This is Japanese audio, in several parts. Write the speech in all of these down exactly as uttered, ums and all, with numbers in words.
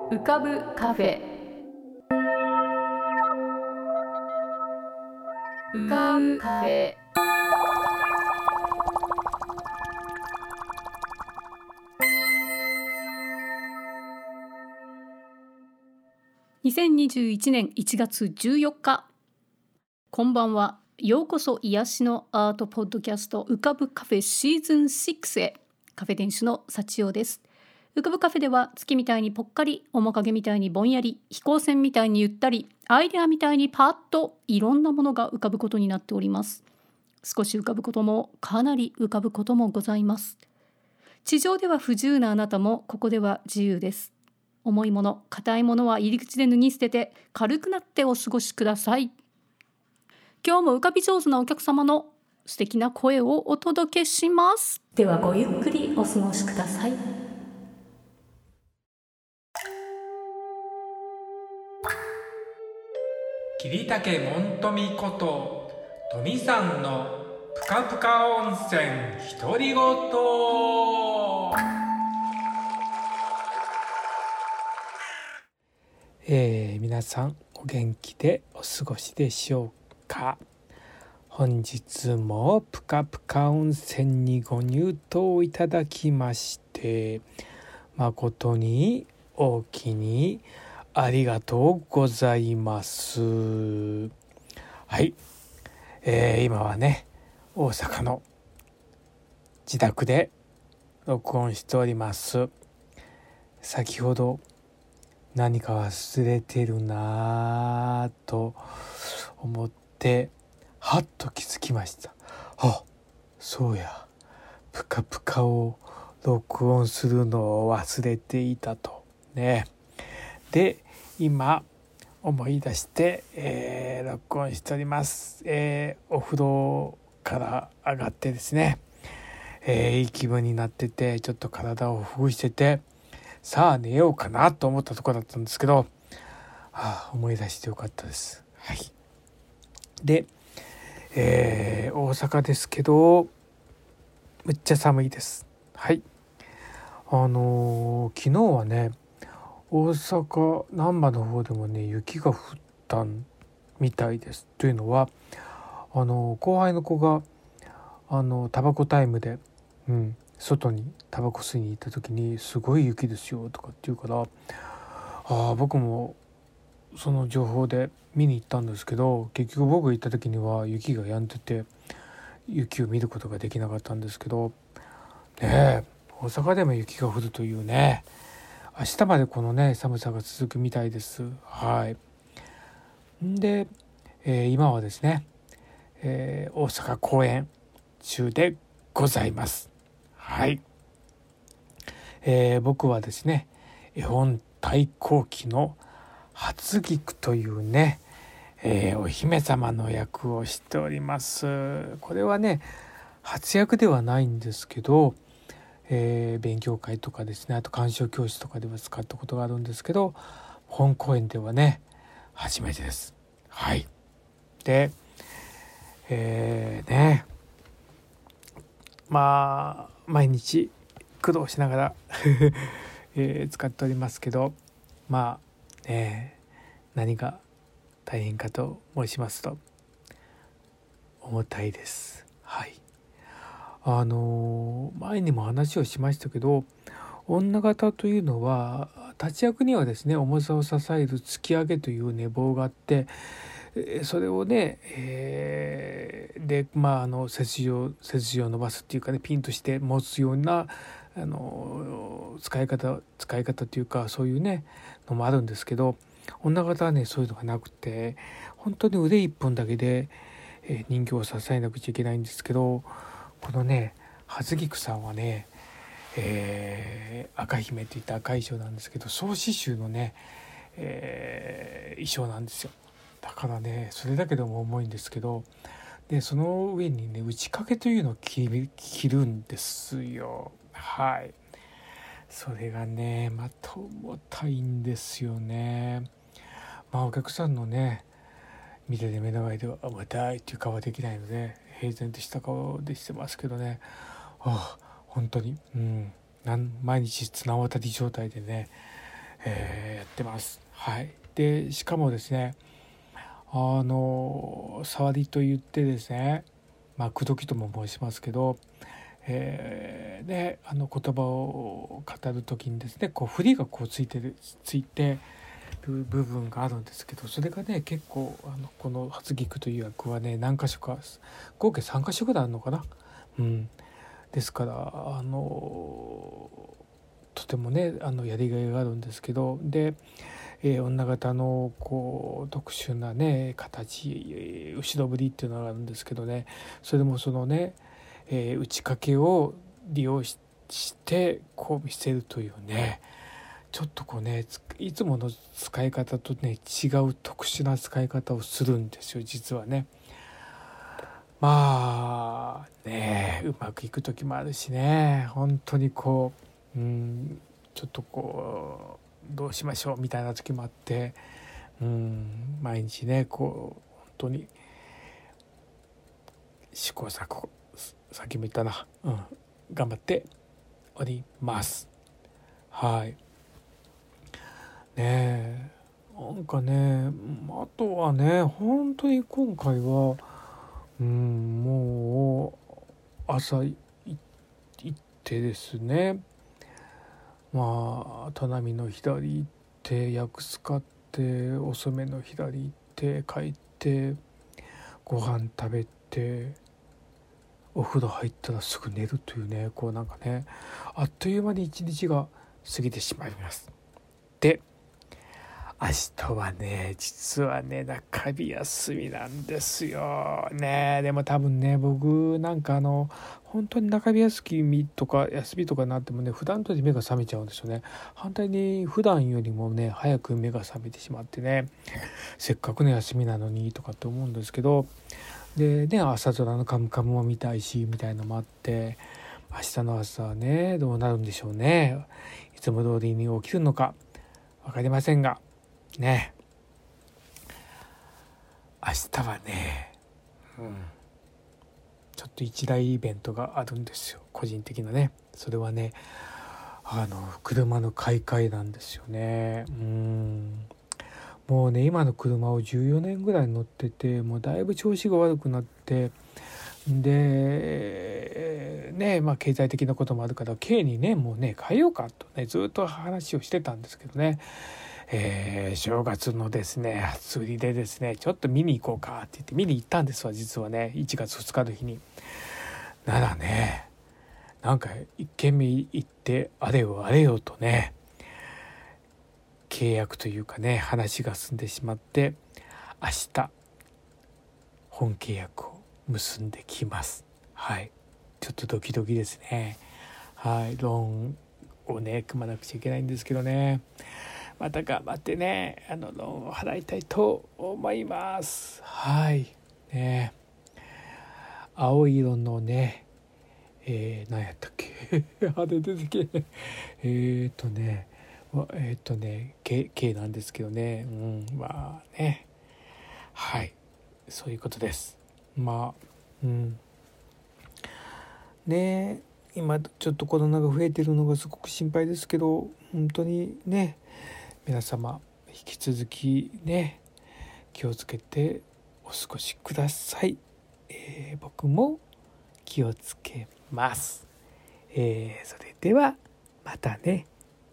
浮かぶカフェ。浮かぶカフェ。にせんにじゅういちねんいちがつじゅうよっか、こんばんは。ようこそ癒しのアートポッドキャスト浮かぶカフェシーズンろくへ。カフェ店主の幸代です。浮かぶカフェでは月みたいにぽっかり、面影みたいにぼんやり、飛行船みたいにゆったり、アイデアみたいにパッといろんなものが浮かぶことになっております。少し浮かぶこともかなり浮かぶこともございます。地上では不自由なあなたもここでは自由です。重いもの、硬いものは入り口で脱ぎ捨てて軽くなってお過ごしください。今日も浮かび上手なお客様の素敵な声をお届けします。ではごゆっくりお過ごしください。 桐竹門富こと富さんのぷかぷか温泉独り言。えー、皆さんお元気でお過ごしでしょうか。本日もぷかぷか温泉にご入湯いただきまして誠に大きにありがとうございます。はい、えー、今はね大阪の自宅で録音しております。先ほど何か忘れてるなぁと思ってはっと気づきました。あ、そうや、ぷかぷかを録音するのを忘れていたとね。で、今思い出して、えー、録音しております。えー、お風呂から上がってですね、えー、いい気分になってて、ちょっと体をほぐしてて、さあ寝ようかなと思ったところだったんですけど、はあ、思い出してよかったです。はい。で、えー、大阪ですけどめっちゃ寒いです。はい。あのー、昨日はね大阪難波の方でもね雪が降ったみたいです。というのはあの後輩の子があのタバコタイムで、うん、外にタバコ吸いに行った時にすごい雪ですよとかって言うから、あ僕もその情報で見に行ったんですけど、結局僕が行った時には雪が止んでて雪を見ることができなかったんですけどね。え大阪でも雪が降るというね、明日までこのね寒さが続くみたいです。はい。で、えー、今はですね、えー、大阪公演中でございます。はい。えー、僕はですね絵本太閤記の初菊というね、えー、お姫様の役をしております。これはね初役ではないんですけど、えー、勉強会とかですね、あと鑑賞教室とかでは使ったことがあるんですけど、本公演ではね初めてです。はい。で、えー、ねまあ毎日苦労しながら、えー、使っておりますけど、まあね何が大変かと申しますと重たいです。はい。あの前にも話をしましたけど、女形というのは立役にはですね重さを支える突き上げという寝棒があって、それをね、えー、でまああの背筋を背筋を伸ばすっていうかね、ピンとして持つようなあの使い方使い方というかそういうねのもあるんですけど、女形はねそういうのがなくて本当に腕一本だけで、えー、人形を支えなくちゃいけないんですけど、このね初菊さんはね、えー、赤姫といった赤い衣装なんですけど、総刺繍のね、えー、衣装なんですよ。だからねそれだけでも重いんですけど、でその上にね打ち掛けというのを着着るんですよ。はい。それがねまた重たいんですよね。まあお客さんのね見てて目の前では重たいっていう顔はできないので平然とした顔でしてますけどね、ああ本当に、うん、毎日綱渡り状態でね、 えー、やってます。はい。でしかもですね、あの触りと言ってですね、まあ口説きとも申しますけど、えー、であの言葉を語る時にですね、こう振りがこうついてるついてる部分があるんですけど、それがね結構あのこの初菊という役はね何箇所か合計さん箇所ぐらいあるのかな。うん、ですからあのとてもねあのやりがいがあるんですけど、で、えー、女形のこう特殊なね形、後ろ振りっていうのがあるんですけどね、それもそのね、えー、打ち掛けを利用ししてこう見せるというね、ちょっとこうねいつもの使い方とね違う特殊な使い方をするんですよ実はね。まあねうまくいく時もあるしね、本当にこう、うん、ちょっとこうどうしましょうみたいな時もあって、うん、毎日ねこう本当に試行錯誤、さっきも言ったな、うん、頑張っております。はい。ねえ、なんかね、あとはね本当に今回は、うん、もう朝行ってですね、まあ只見の左行って薬師買ってお染めの左行って帰ってご飯食べてお風呂入ったらすぐ寝るというね、こうなんかねあっという間に一日が過ぎてしまいます。で明日はね実はね中日休みなんですよね。でも多分ね僕なんかあの本当に中日休みとか休みとかになってもね普段とで目が覚めちゃうんですよね。反対に普段よりもね早く目が覚めてしまってね、せっかくの休みなのにとかって思うんですけど、でね朝空のカムカムも見たいしみたいのもあって、明日の朝はねどうなるんでしょうね。いつも通りに起きるのか分かりませんがね、明日はね、うん、ちょっと一大イベントがあるんですよ、個人的なね。それはねあの車の買い替えなんですよね。うん、もうね今の車をじゅうよねんぐらい乗ってて、もうだいぶ調子が悪くなって、でねまあ経済的なこともあるから軽にねもうね変えようかとねずっと話をしてたんですけどね、えー、正月のですね初売りでですねちょっと見に行こうかって言って見に行ったんですわ、実はねいちがつふつかの日に。ならねなんか一軒目行ってあれよあれよとね契約というかね話が進んでしまって、明日本契約を結んできます。はい、ちょっとドキドキですね。はい、ローンをね組まなくちゃいけないんですけどね、また頑張ってねあのローンを払いたいと思います。はいね、青色のねえー、何やったっけあれ出てけえっとねえっ、ー、とね K, K なんですけどね、うんまあねはいそういうことです。まあうんね今ちょっとコロナが増えてるのがすごく心配ですけど、本当にね皆様引き続きね気をつけてお過ごしください。えー、僕も気をつけます。えー、それではまたね。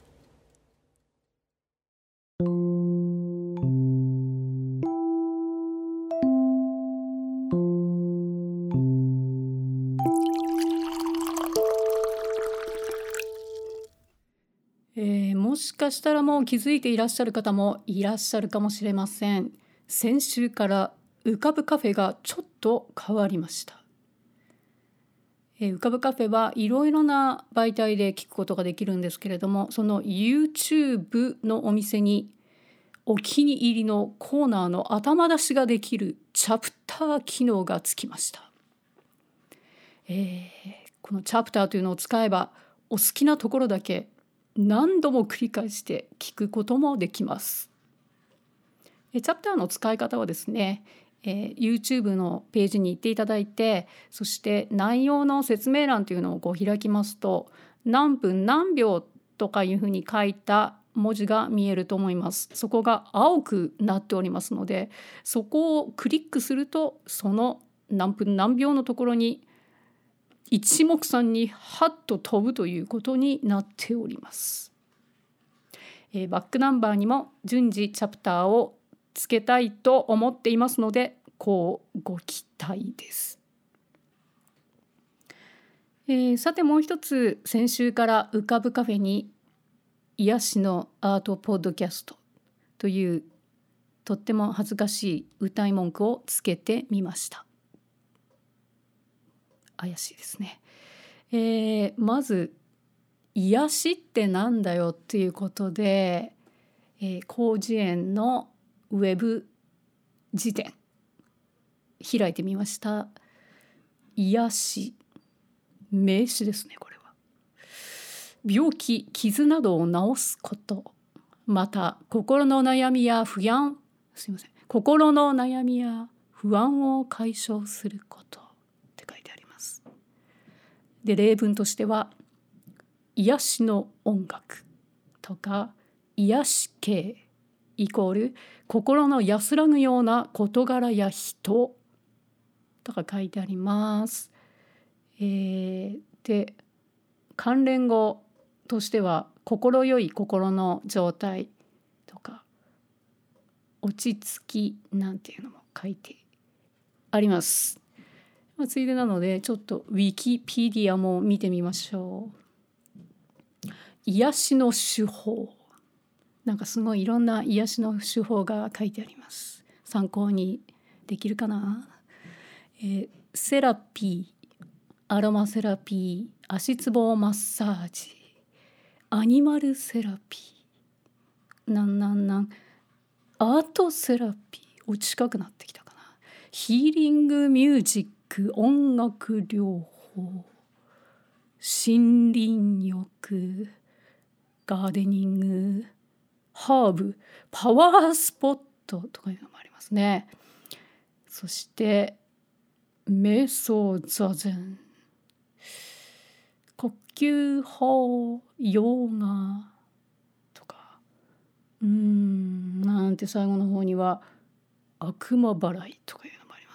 えー、もしかしたらもう気づいていらっしゃる方もいらっしゃるかもしれません。先週から浮かぶカフェがちょっと変わりました。えー、浮かぶカフェはいろいろな媒体で聞くことができるんですけれども、その YouTube のお店にお気に入りのコーナーの頭出しができるチャプター機能がつきました。えー、このチャプターというのを使えばお好きなところだけ何度も繰り返して聞くこともできます。チャプターの使い方はですね、えー、YouTube のページに行っていただいて、そして内容の説明欄というのをこう開きますと、何分何秒とかいうふうに書いた文字が見えると思います。そこが青くなっておりますので、そこをクリックするとその何分何秒のところに一目散にハッと飛ぶということになっております。えー、バックナンバーにも順次チャプターをつけたいと思っていますので、こうご期待です。えー、さてもう一つ、先週から浮かぶカフェに癒しのアートポッドキャストというとっても恥ずかしい歌い文句をつけてみました。怪しいですね。えー、まず癒しってなんだよっていうことで、えー、広辞苑のウェブ辞典開いてみました。癒し、名詞ですね。これは病気、傷などを治すこと、また心の悩みや不安すいません心の悩みや不安を解消することって書いてあります。で、例文としては癒しの音楽とか癒し系イコール心の安らぐような事柄や人とか書いてあります。えー、で関連語としては心よい心の状態とか落ち着きなんていうのも書いてあります。まあ、ついでなのでちょっとウィキペディアも見てみましょう。癒しの手法、なんかすごいいろんな癒しの手法が書いてあります。参考にできるかな。えー、セラピー、アロマセラピー、足つぼマッサージ、アニマルセラピー、なんなんなんアートセラピー、お近くなってきたかな。ヒーリングミュージック、音楽療法、森林浴、ガーデニング、ハーブ、パワースポットとかいうのもありますね。そして瞑想座禅、呼吸法、ヨガとか、うーんなんて最後の方には悪魔払いとかいうのもあります。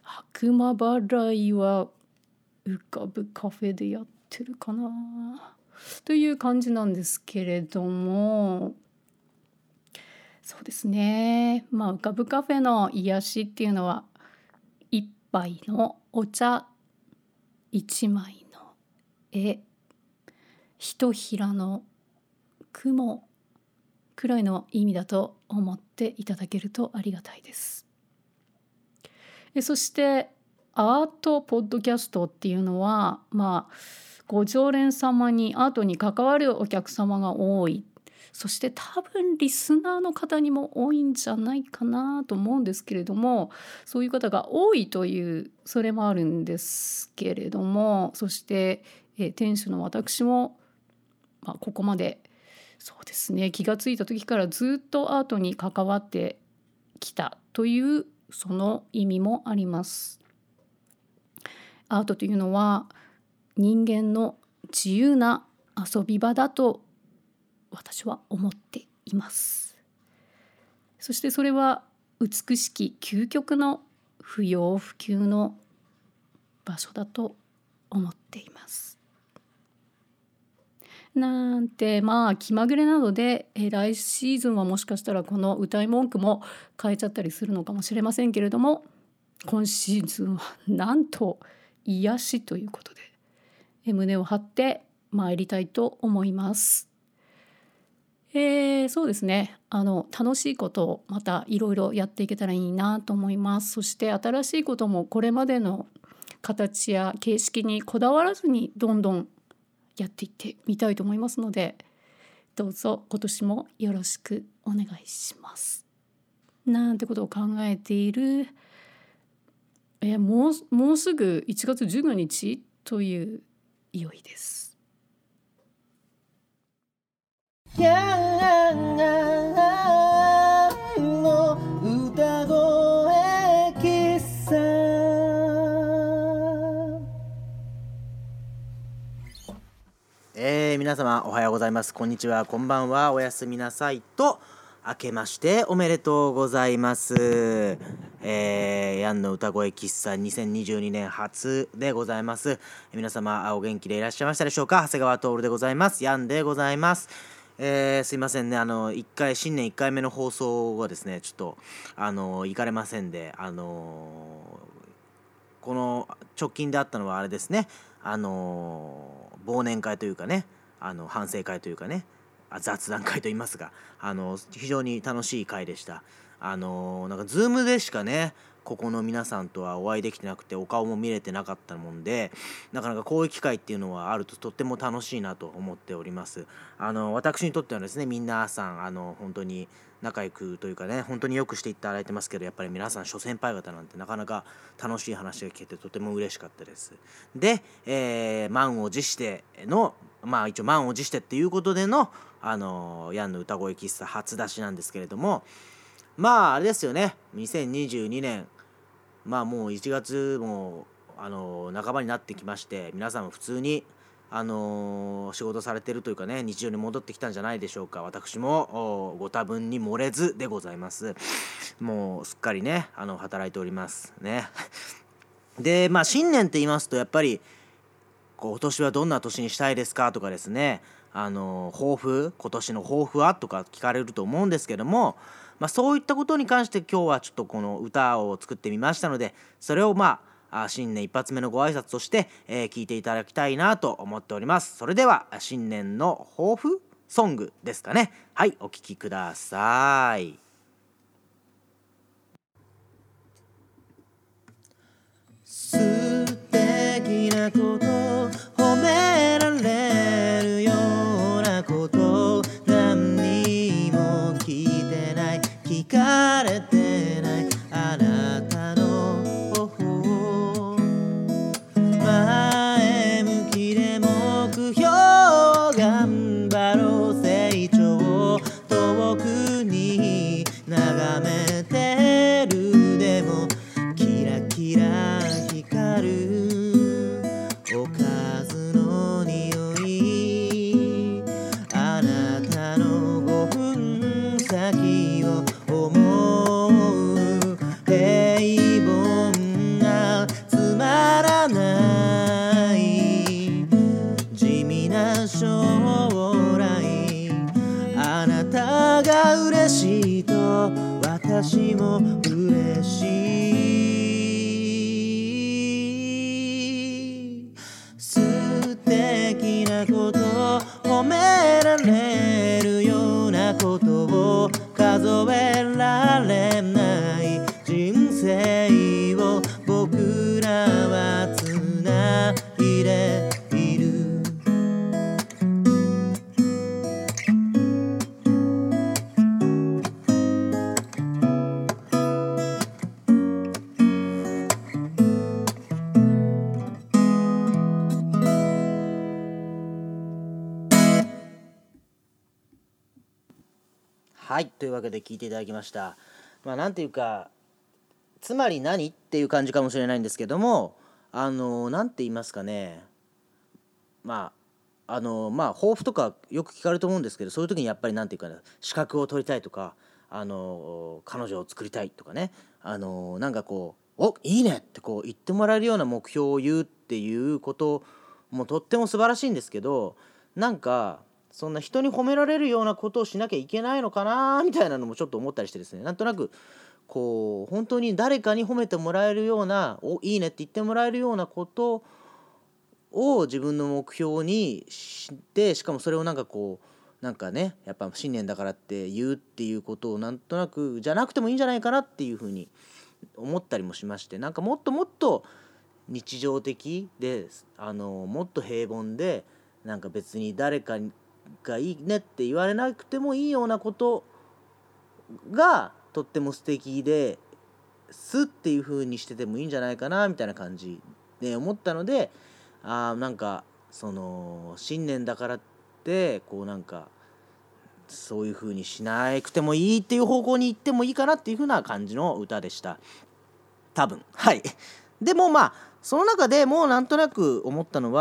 悪魔払いは浮かぶカフェでやってるかなという感じなんですけれども、そうですね、まあ浮かぶカフェの癒しっていうのは一杯のお茶、一枚の絵、一平の雲くらいの意味だと思っていただけるとありがたいです。そしてアートポッドキャストっていうのは、まあご常連様にアートに関わるお客様が多い、そして多分リスナーの方にも多いんじゃないかなと思うんですけれども、そういう方が多いというそれもあるんですけれども、そして、えー、店主の私も、まあ、ここまでそうですね気がついた時からずっとアートに関わってきたというその意味もあります。アートというのは人間の自由な遊び場だと私は思っています。そしてそれは美しき究極の不要不急の場所だと思っています。なんてまあ気まぐれなので、え来シーズンはもしかしたらこの歌い文句も変えちゃったりするのかもしれませんけれども、今シーズンはなんと癒しということでえ胸を張って参りたいと思います。えー、そうですねあの楽しいことをまたいろいろやっていけたらいいなと思います。そして新しいこともこれまでの形や形式にこだわらずにどんどんやっていってみたいと思いますので、どうぞ今年もよろしくお願いしますなんてことを考えている、えー、もう、もうすぐいちがつじゅうごにちといういよいです。の歌声喫茶、 えー、皆様おはようございます。こんにちは、こんばんは、おやすみなさいと明けましておめでとうございます。えー、ヤンの歌声喫茶にせんにじゅうにねん初でございます。皆様お元気でいらっしゃいましたでしょうか。長谷川徹でございます。ヤンでございます。えー、すいませんね、あのいっかい新年いっかいめの放送はですね、ちょっとあの行かれませんで、あのこの直近であったのはあれですね、あの忘年会というかね、あの反省会というかね、あ雑談会と言いますが、あの非常に楽しい会でした。あのなんかズームでしかね、ここの皆さんとはお会いできてなくて、お顔も見れてなかったもんで、なかなかこういう機会っていうのはあるととっても楽しいなと思っております。あの私にとってはですね、皆さんあの本当に仲良くというかね、本当によくしていただいてますけど、やっぱり皆さん諸先輩方なんてなかなか楽しい話が聞けてとても嬉しかったです。で、えー、満を持しての、まあ一応満を持してっていうことでの、あのヤンの歌声喫茶初出しなんですけれども、まああれですよね、にせんにじゅうにねん、まあもういちがつもあの半ばになってきまして、皆さんも普通にあのー仕事されてるというかね、日常に戻ってきたんじゃないでしょうか。私もご多分に漏れずでございます。もうすっかりね、あの働いておりますね。で、まあ新年って言いますと、やっぱりこう今年はどんな年にしたいですかとかですね、あの抱負、今年の抱負はとか聞かれると思うんですけども、まあ、そういったことに関して今日はちょっとこの歌を作ってみましたので、それをまああ新年一発目のご挨拶として、えー聞いていただきたいなと思っております。それでは新年の抱負ソングですかね。はい、お聴きください。素敵なこと褒められるようなこと何にも聞いてない、聞かれてないあなたの方法、前向きで目標頑張ろう成長遠くに眺めてる、でもキラキラ光るおかずの匂い、あなたのごふん先を思う平凡なつまらない地味な将来、あなたが嬉しいと私も嬉しい。素敵なこと褒められるようなことを数えられない人生を僕らはつないでいる。はい、というわけで聞いていただきました。まあなんていうか、つまり何っていう感じかもしれないんですけども、あのなんて言いますかね、まああのまあ抱負とかよく聞かれると思うんですけど、そういう時にやっぱりなんていうかな、資格を取りたいとか、あの彼女を作りたいとかね、あのなんかこう「おいいね」ってこう言ってもらえるような目標を言うっていうこともとっても素晴らしいんですけど、なんかそんな人に褒められるようなことをしなきゃいけないのかなみたいなのもちょっと思ったりしてですね、なんとなくこう本当に誰かに褒めてもらえるような、おいいねって言ってもらえるようなことを自分の目標にして、しかもそれをなんかこうなんかね、やっぱ新年だからって言うっていうことをなんとなくじゃなくてもいいんじゃないかなっていうふうに思ったりもしまして、なんかもっともっと日常的で、あのもっと平凡で、なんか別に誰かがいいねって言われなくてもいいようなことがとっても素敵ですっていう風にしててもいいんじゃないかなみたいな感じで思ったので、あーなんかその新年だからってこうなんかそういう風にしなくてもいいっていう方向に行ってもいいかなっていう風な感じの歌でした、多分。はい。でもまあその中でもうなんとなく思ったのは、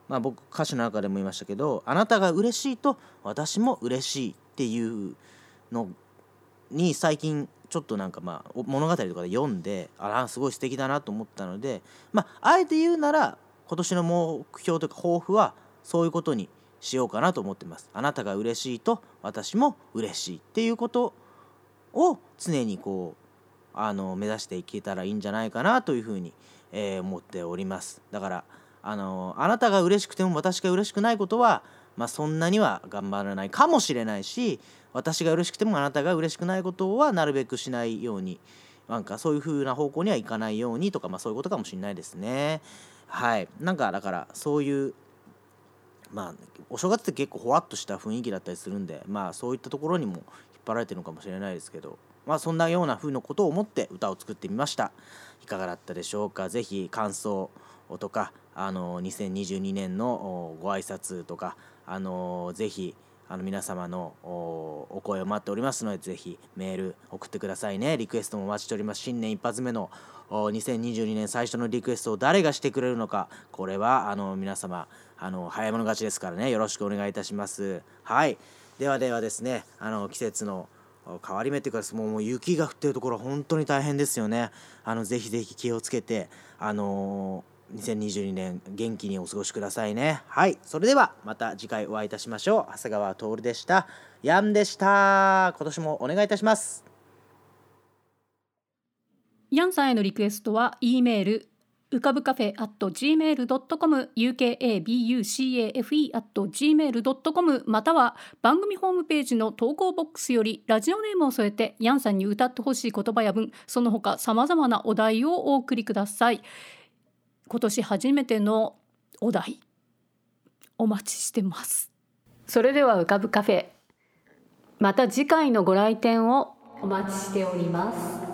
まあ僕歌詞の中でも言いましたけど、あなたが嬉しいと私も嬉しいっていうのに最近ちょっとなんかまあ物語とかで読んで、あらすごい素敵だなと思ったので、まああえて言うなら今年の目標というか抱負はそういうことにしようかなと思ってます。あなたが嬉しいと私も嬉しいっていうことを常にこうあの目指していけたらいいんじゃないかなというふうに、えー思っております。だからあのあなたが嬉しくても私が嬉しくないことは、まあ、そんなには頑張らないかもしれないし、私が嬉しくてもあなたが嬉しくないことはなるべくしないように、なんかそういう風な方向にはいかないようにとか、まあ、そういうことかもしれないですね。はい、なんかだからそういうまあお正月って結構ほわっとした雰囲気だったりするんで、まあそういったところにも引っ張られてるのかもしれないですけど、まあそんなような風のことを思って歌を作ってみました。いかがだったでしょうか。ぜひ感想とかあのにせんにじゅうにねんのご挨拶とかあのぜひあの皆様のお声を待っておりますので、ぜひメール送ってくださいね。リクエストもお待ちしております。新年一発目のにせんにじゅうにねん最初のリクエストを誰がしてくれるのか、これはあの皆様あの早い者勝ちですからね、よろしくお願いいたします。はい、ではではですね、あの季節の変わり目というか、もうもう雪が降っているところ本当に大変ですよね。あのぜひぜひ気をつけてあのーにせんにじゅうにねん元気にお過ごしくださいね。はい、それではまた次回お会いいたしましょう。長谷川徹でした。ヤンでした。今年もお願いいたします。 ヤンさんへのリクエストは E メールうかぶカフェ アットジーメールドットコム ユーケーエービーユーシーエーエフイー アットジーメールドットコム または番組ホームページの投稿ボックスよりラジオネームを添えてヤンさんに歌ってほしい言葉や文、その他さまざまなお題をお送りください。今年初めてのお題お待ちしてます。それではうかぶカフェ、また次回のご来店をお待ちしております。